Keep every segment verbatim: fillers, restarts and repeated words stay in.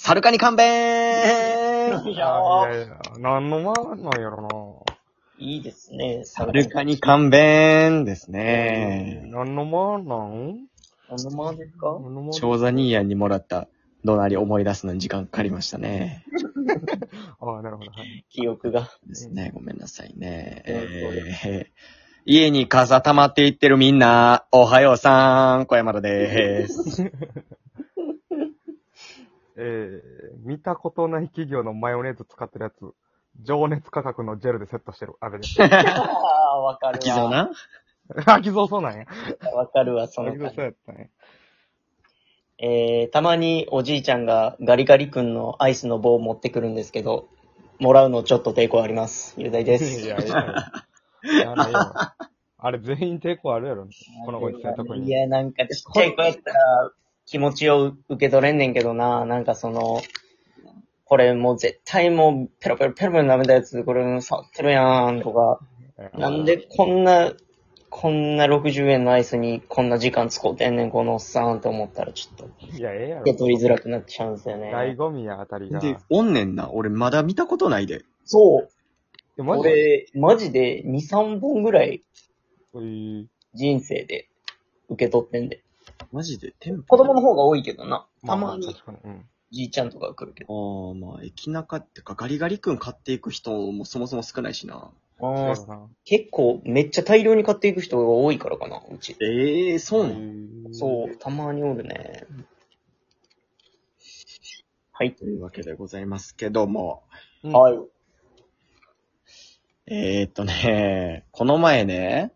はるかに勘弁いやいやいや、何の間なんやろいいですね。 はるかに勘弁ですな。 ね。 何の間なん何の間ですか？ 何の間長座兄やんにもらった怒鳴り思い出すのに時間かかりましたね。 ああ、なるほど。はい。 記憶が。 ですね。ごめんなさいね。 うんえー、家に傘溜まっていってるみんな、おはようさん、小山田でーす。 えー、見たことない企業のマヨネーズ使ってるやつ、情熱価格のジェルでセットしてる。あべです。 ああ、わかるわ。 秋蔵な。 秋蔵そうなんや。 わかるわ、その秋蔵感じそうやったね。 えー、たまにおじいちゃんがガリガリ君のアイスの棒を持ってくるんですけど、もらうのちょっと抵抗あります。雄大です。 いや、いやいや。いや、いや。あれ全員抵抗あるやろ。このご時世特に。 いや、なんかちっちゃい子やったら気持ちを受け取れんねんけどな、なんかその、これもう絶対もうペロペロペロペロ舐めたやつ、これ触ってるやんとか、なんでこんな、こんなろくじゅうえんのアイスにこんな時間使うてんねん、このおっさんと思ったらちょっと、 いや、ええやろ。 受け取りづらくなっちゃうんですよ醍ね。 醐味や、あたりが。 で、おんねんな。俺まだ見たことないで。 そう。 え、マジで俺、マジでに、さんぼんぐらいえー人生で受け取ってんで。 マジで店舗子供の方が多いけどな。 まあたまに確かに。うん。 じいちゃんとか来るけど。 ああ、まあ、駅中ってか、ガリガリ君買っていく人もそもそも少ないしな。 そうあやな。 結構めっちゃ大量に買っていく人が多いからかな、うち。 ええー、そうなの、 んそう、たまにおるね。はい。 というわけでございますけども。 うん。 はい。 えーっとね、この前ね、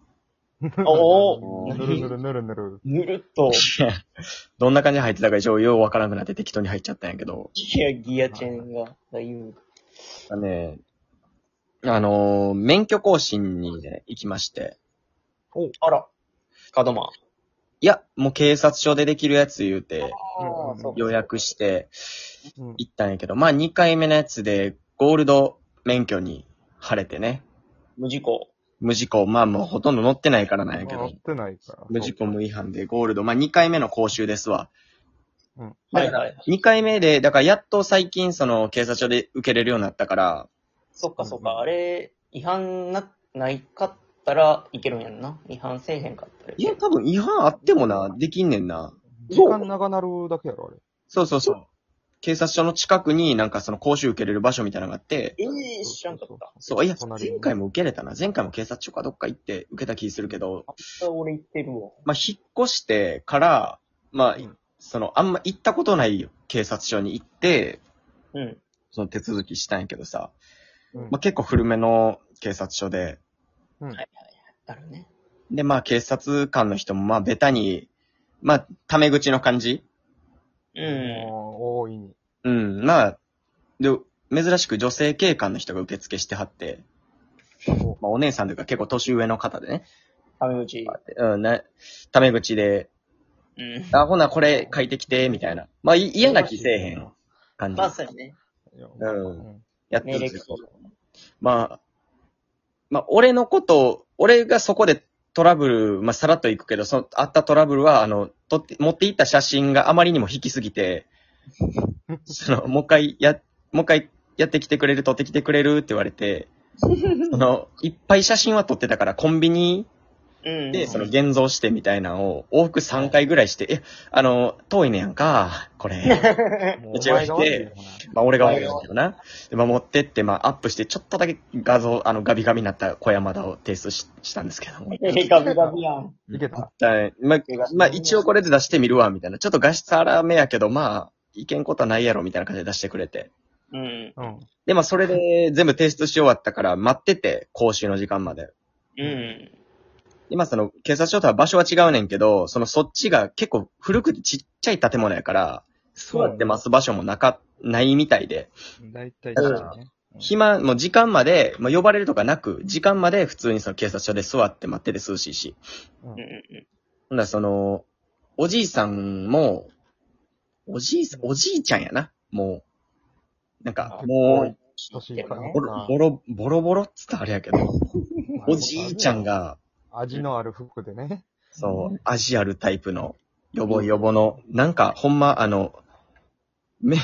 おー、 ぬるぬるぬるぬる。 ぬるっと、 どんな感じで入ってたか一応ようわからなくなって適当に入っちゃったんやけど、 ギア、ギアチェーンが、だいぶ。 あのね、あのー、免許更新にね、行きまして。 あら、角間。 いや、もう警察署でできるやつ言うて、 ああ、そうか。 予約してうん。 行ったんやけど、まあにかいめのやつでゴールド免許に晴れてね、 無事故。 無事故、まあもうほとんど乗ってないからなんやけど乗っ、てないから。 無事故無違反でゴールド、まあにかいめの講習ですわ。 うん。 はいはい。 にかいめで、だからやっと最近その警察署で受けれるようになったから、 そっかそっか、 うんうんあれ、違反な、ないかったらいけるんやんな。違反せえへんかったらいいや、 ける。 多分違反あってもな、できんねんな。 時間長なるだけやろ、あれ。 そうそうそう。警察署の近くになんかその講習受けれる場所みたいなのがあって、 ええー、知らんかった。 そう、いや、 隣に前回も受けれたな。前回も警察署かどっか行って受けた気するけど、 あ、俺行ってるわ。 まあ、引っ越してから、まあ、 うんその、あんま行ったことない警察署に行って、 うん。 その手続きしたんやけどさ、 うんまあ、結構古めの警察署で、 うんはいはいはい。あるね。 で、まあ、警察官の人も、まあ、ベタに、まあ、タメ口の感じうん。 もう大いに。 うん、まあ、で、珍しく女性警官の人が受付してはって、まあ、お姉さんというか結構年上の方でね、 タメ口。 うん、ね、タメ口で、 うん。 あ、ほな、これ書いてきて、みたいな。まあ、い嫌な気せえへん感じま。あ、そうやね。 うんやって命令るんですよ。まあ、まあ、俺のことを、俺がそこでトラブル、まあ、さらっと行くけど、その、あったトラブルは、あの、撮って、持っていった写真があまりにも引きすぎて、その、もう一回や、もう一回やってきてくれる、撮ってきてくれるって言われて、その、いっぱい写真は撮ってたから、コンビニうん。 で、その、現像してみたいなのを、往復さんかいぐらいして、え、あの、遠いねやんか、これ。 もうお前が悪いよな。 まあ、俺が悪いんだけどな。で、まあ、持ってって、まあ、アップして、ちょっとだけ画像、あの、ガビガビになった小山田を提出ししたんですけども。 え、ガビガビやん。 いけた。 はいまあ、まあ、一応これで出してみるわ、みたいな。ちょっと画質荒めやけど、まあ、いけんことはないやろ、みたいな感じで出してくれて。 うん。 うん。 で、まあ、それで全部提出し終わったから、待ってて、講習の時間まで。 うん。 で、まあ、その、警察署とは場所は違うねんけど、その、そっちが結構古くてちっちゃい建物やから、座って待つ場所もなか、ないみたいで。 大体そうだね。 暇、もう時間まで、まあ、呼ばれるとかなく、時間まで普通にその警察署で座って待ってて涼しいし。 うんうん。うん。 ほんだらその、おじいさんも、おじいさん、おじいちゃんやな。もう、なんか、 あもう、 年いかなボロ、ボロ、ボロボロっつったらあれやけど、おじいちゃん。が、 味のある服でね。 そう、味あるタイプの、よぼよぼの、なんか、ほんま、あの、め、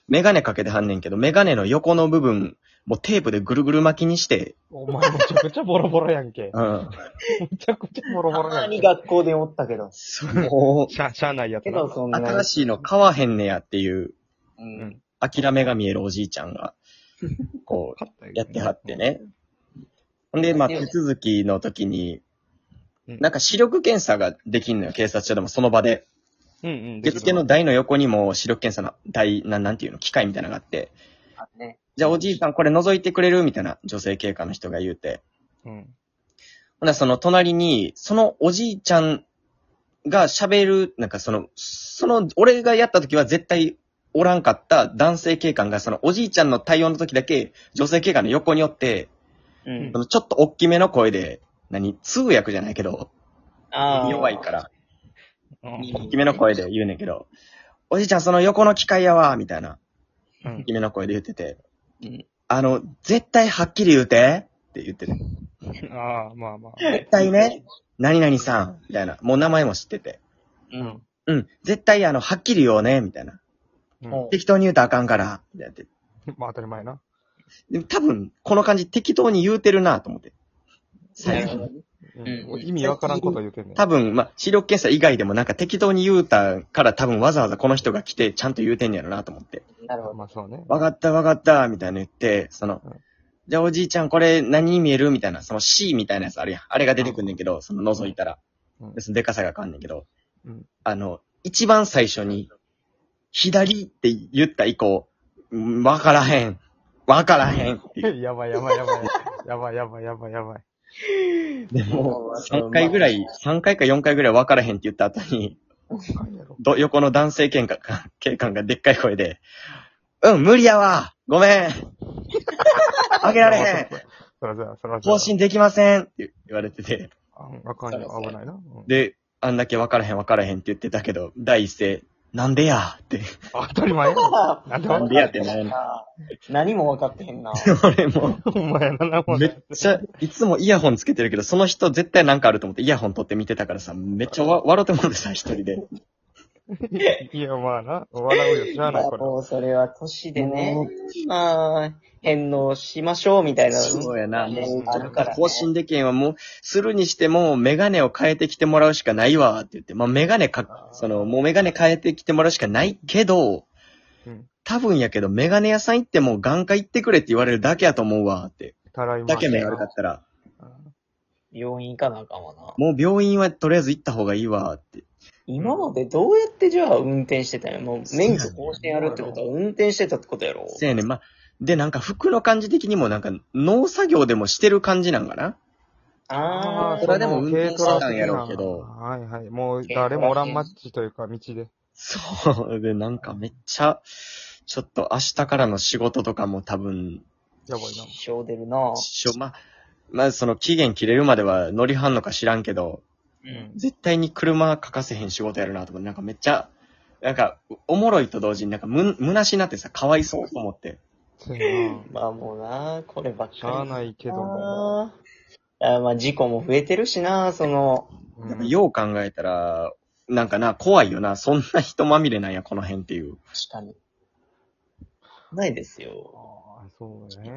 メガネかけてはんねんけど、メガネの横の部分、もうテープでぐるぐる巻きにして、 お前めちゃくちゃボロボロやんけ。 うん。 めちゃくちゃボロボロたまにやんけ。 学校でおったけど。 もしゃ、しゃあないやつな。 けど、そんな。 新しいの買わへんねやっていう、 う。 うんん。 諦めが見えるおじいちゃんが、こう、やってはって。ね。ほんで、まあ、手続きの時に、 うんなんか視力検査ができんのよ、警察署でもその場で。 うんうん。 受付の台の横にも視力検査の台、ななんていうの、機械みたいなのがあって、 あね。 じゃあおじいさんこれ覗いてくれるみたいな女性警官の人が言うて。 うん。 ほんならその隣に、そのおじいちゃんが喋る、なんかその、その、俺がやった時は絶対おらんかった男性警官が、そのおじいちゃんの対応の時だけ、女性警官の横におって、 うんそ。のちょっと大きめの声で、何通訳じゃないけど、 ああ。 弱いから、 うん大きめの声で言うねんけど、おじいちゃんその横の機械やわ、みたいな、 うん大きめの声で言ってて、 うん。 あの、絶対はっきり言うてって言ってて、 ああ、まあまあ。 絶対ね、何々さん、みたいな、もう名前も知ってて、 うん。 うん、絶対あの、はっきり言おうね、みたいな。 うん。 適当に言うたらあかんから、みたいなって。 まあ当たり前な。 でも多分、この感じ適当に言うてるなと思って。 なるほどね。 うんうん意味わからんこと言うてんねん。 多分、まあ、視力検査以外でもなんか適当に言うたから多分わざわざこの人が来てちゃんと言うてんねやろなと思って。 なるほど。 まあそうね。 わかったわかったみたいな言って、その、 うんじゃあおじいちゃんこれ何に見えるみたいな、その C みたいなやつあるやん。あれが出てくんねんけど、その覗いたら。 うんでそのでかさが変わんねんけど、 うんあの、一番最初に、左って言った以降、うんわからへん。わからへんっていう。 やばいやばいやばい。やばいやばいやばいやばい。 でも、さんかいぐらい、さんかいかよんかいぐらい分からへんって言った後に、ど横の男性警官が、警官がでっかい声で、うん、無理やわごめんあげられへんそらじゃあ、そらじゃあ。 更新できませんって言われてて、 ああかんよ、危ないな。うんで、あんだけ分からへん分からへんって言ってたけど、第一声、なんでやって。 当たり前や。なんでなんでやってないの何も分かってへんな。 俺も、 お前な、なもんめっちゃ、いつもイヤホンつけてるけど、その人絶対なんかあると思ってイヤホン取って見てたからさ、めっちゃわ笑ってもらってさ、一人で。 いや、まあな。笑うよ、しゃあない、これ。 もうそれは年でね、まあ、返納しましょうみたいな。 そうやな。もう、 あるからね更新できへんはもう、するにしても、メガネを変えてきてもらうしかないわ、って言って。まあ、メガネか、その、もうメガネ変えてきてもらうしかないけど、 うん多分やけど、メガネ屋さん行っても眼科行ってくれって言われるだけやと思うわ、って。 たらいだけ目悪かったら、 病院行かなあかんわな。 もう病院はとりあえず行った方がいいわ、って。 今までどうやってじゃあ運転してたんや。もう免許更新やるってことは運転してたってことやろ。 せやねん、まあ、で、なんか服の感じ的にもなんか、農作業でもしてる感じなんかなあー、 それはでも運転してたんやろううけどはいはい。もう、誰もおらん街というか、道で。 そう。で、なんかめっちゃ、ちょっと明日からの仕事とかも多分、 やばいな。 支障出るな。 しょ、まあ、まあその期限切れるまでは乗りはんのか知らんけど、 うん。 絶対に車欠かせへん仕事やるなと思って、なんかめっちゃ、なんか、おもろいと同時になんかむ、虚しなってさ、かわいそうと思って。 そうやな。 まあもうな、こればっかり。 しゃあないけども。 あーまあ事故も増えてるしな、その、 なんかうんよう考えたら、なんかな、怖いよな。そんな人まみれなんや、この辺っていう。 確かに。ないですよ。 ああ、そうね。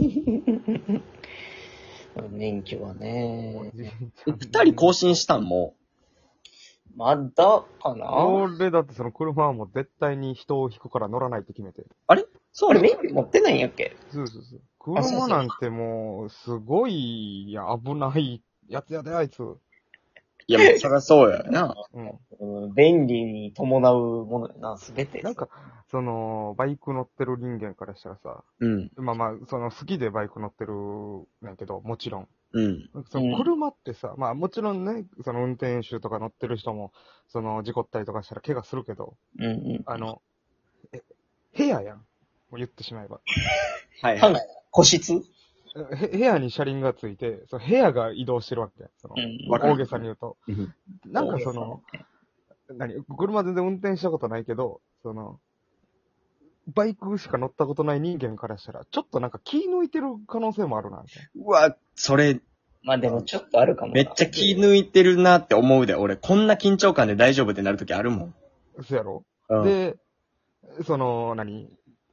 免許はね。 二人更新したんもまだかな俺だってその車はもう絶対に人を引くから乗らないって決めて。 そうあれ免許持ってないんやっけそうそうそう。車なんてもう、すごい、いや、危ないやつやで、あいつ。 いや、もうそりゃそうやな。 うん。 うん便利に伴うものやな、すべて。 なんか、その、バイク乗ってる人間からしたらさ、 うん。 まあまあ、その好きでバイク乗ってるんやけど、もちろん。 うん。 その車ってさ、まあもちろんね、その運転手とか乗ってる人も、その事故ったりとかしたら怪我するけど、 うんうん。 あの、え、部屋やん。もう言ってしまえば。 はいはい。 はい。個室へ部屋に車輪がついて、その部屋が移動してるわけ。そのうんわかる大げさに言うと。 うんなんかその、何車全然運転したことないけど、その、バイクしか乗ったことない人間からしたら、ちょっとなんか気抜いてる可能性もあるな、みたいうわ、それ、 まあでもちょっとあるかもな。 めっちゃ気抜いてるなって思うで。俺、こんな緊張感で大丈夫ってなるときあるもん。 な。そうやろ、 うん。 で、その、何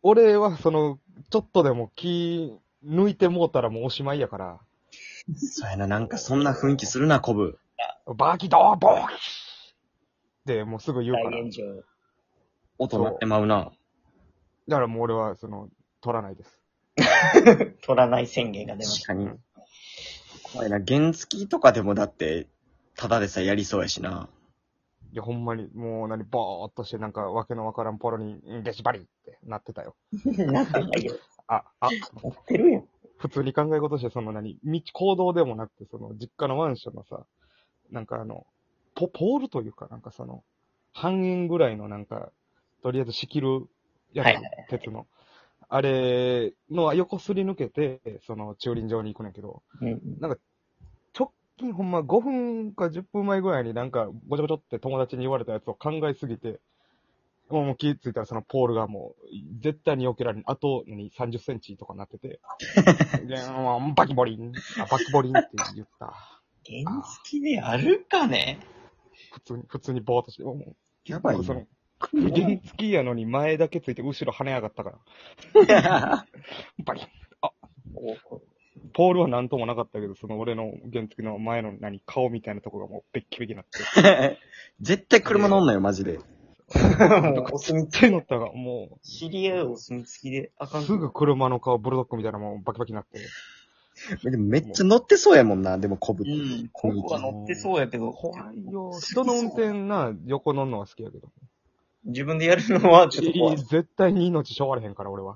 俺はその、ちょっとでも気抜いてもうたらもうおしまいやから、 そうやな、なんかそんな雰囲気するな、コブ。 バキドーボーキってもうすぐ言うから。 大炎上。 音鳴ってまうな。 だからもう俺は、その、取らないです。 取らない宣言が出ました。 確かに。怖いな、原付とかでもだって、ただでさえやりそうやしな。 いや、ほんまに、もう何、ぼーっとして、なんか、わけのわからんポロに、んデシバリってなってたよ。 なってないよ。 あ、あ、 なってるやん。 普通に考え事して、その何、道、行動でもなくて、その、実家のマンションのさ、なんかあの、ポ、ポールというか、なんかその、半円ぐらいのなんか、とりあえず仕切るやつ、 はいはいはい鉄の。あれの横すり抜けて、その、駐輪場に行くねんけど、 うん。 なんか、直近ほんまごふんかじゅっぷんまえぐらいになんか、ごちょごちょって友達に言われたやつを考えすぎて、もうもう気づいたらそのポールがもう、絶対に避けられん。あと、何、さんじゅっセンチとかなってて。で、もうバキボリン、あ、バキボリンって言った。 原付であるかね。 普通に、普通にボーっとして、もう、 やばいねその、原付やのに前だけついて後ろ跳ね上がったから。バキン。ポールはなんともなかったけど、その俺の原付の前の何、顔みたいなとこがもうベッキベキになって。 絶対車乗んなよ、マジで。 もうお墨付手乗ったが、もき、知り合いお墨付きであかう、 ん。 すぐ車の顔、ブルドッグみたいなもうバキバキになって。 でもめっちゃ乗ってそうやもんな、でもコブって。 うん。ここは乗ってそうやけど、 怖いよ。人の運転な、横乗んのは好きやけど。 自分でやるのはちょっと怖い。 いい絶対に命しょわれへんから、俺は。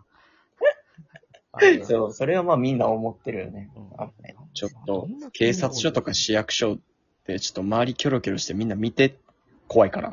そう、それはまあみんな思ってるよね。 うんあのねちょっと、警察署とか市役所ってちょっと周りキョロキョロしてみんな見て、怖いから。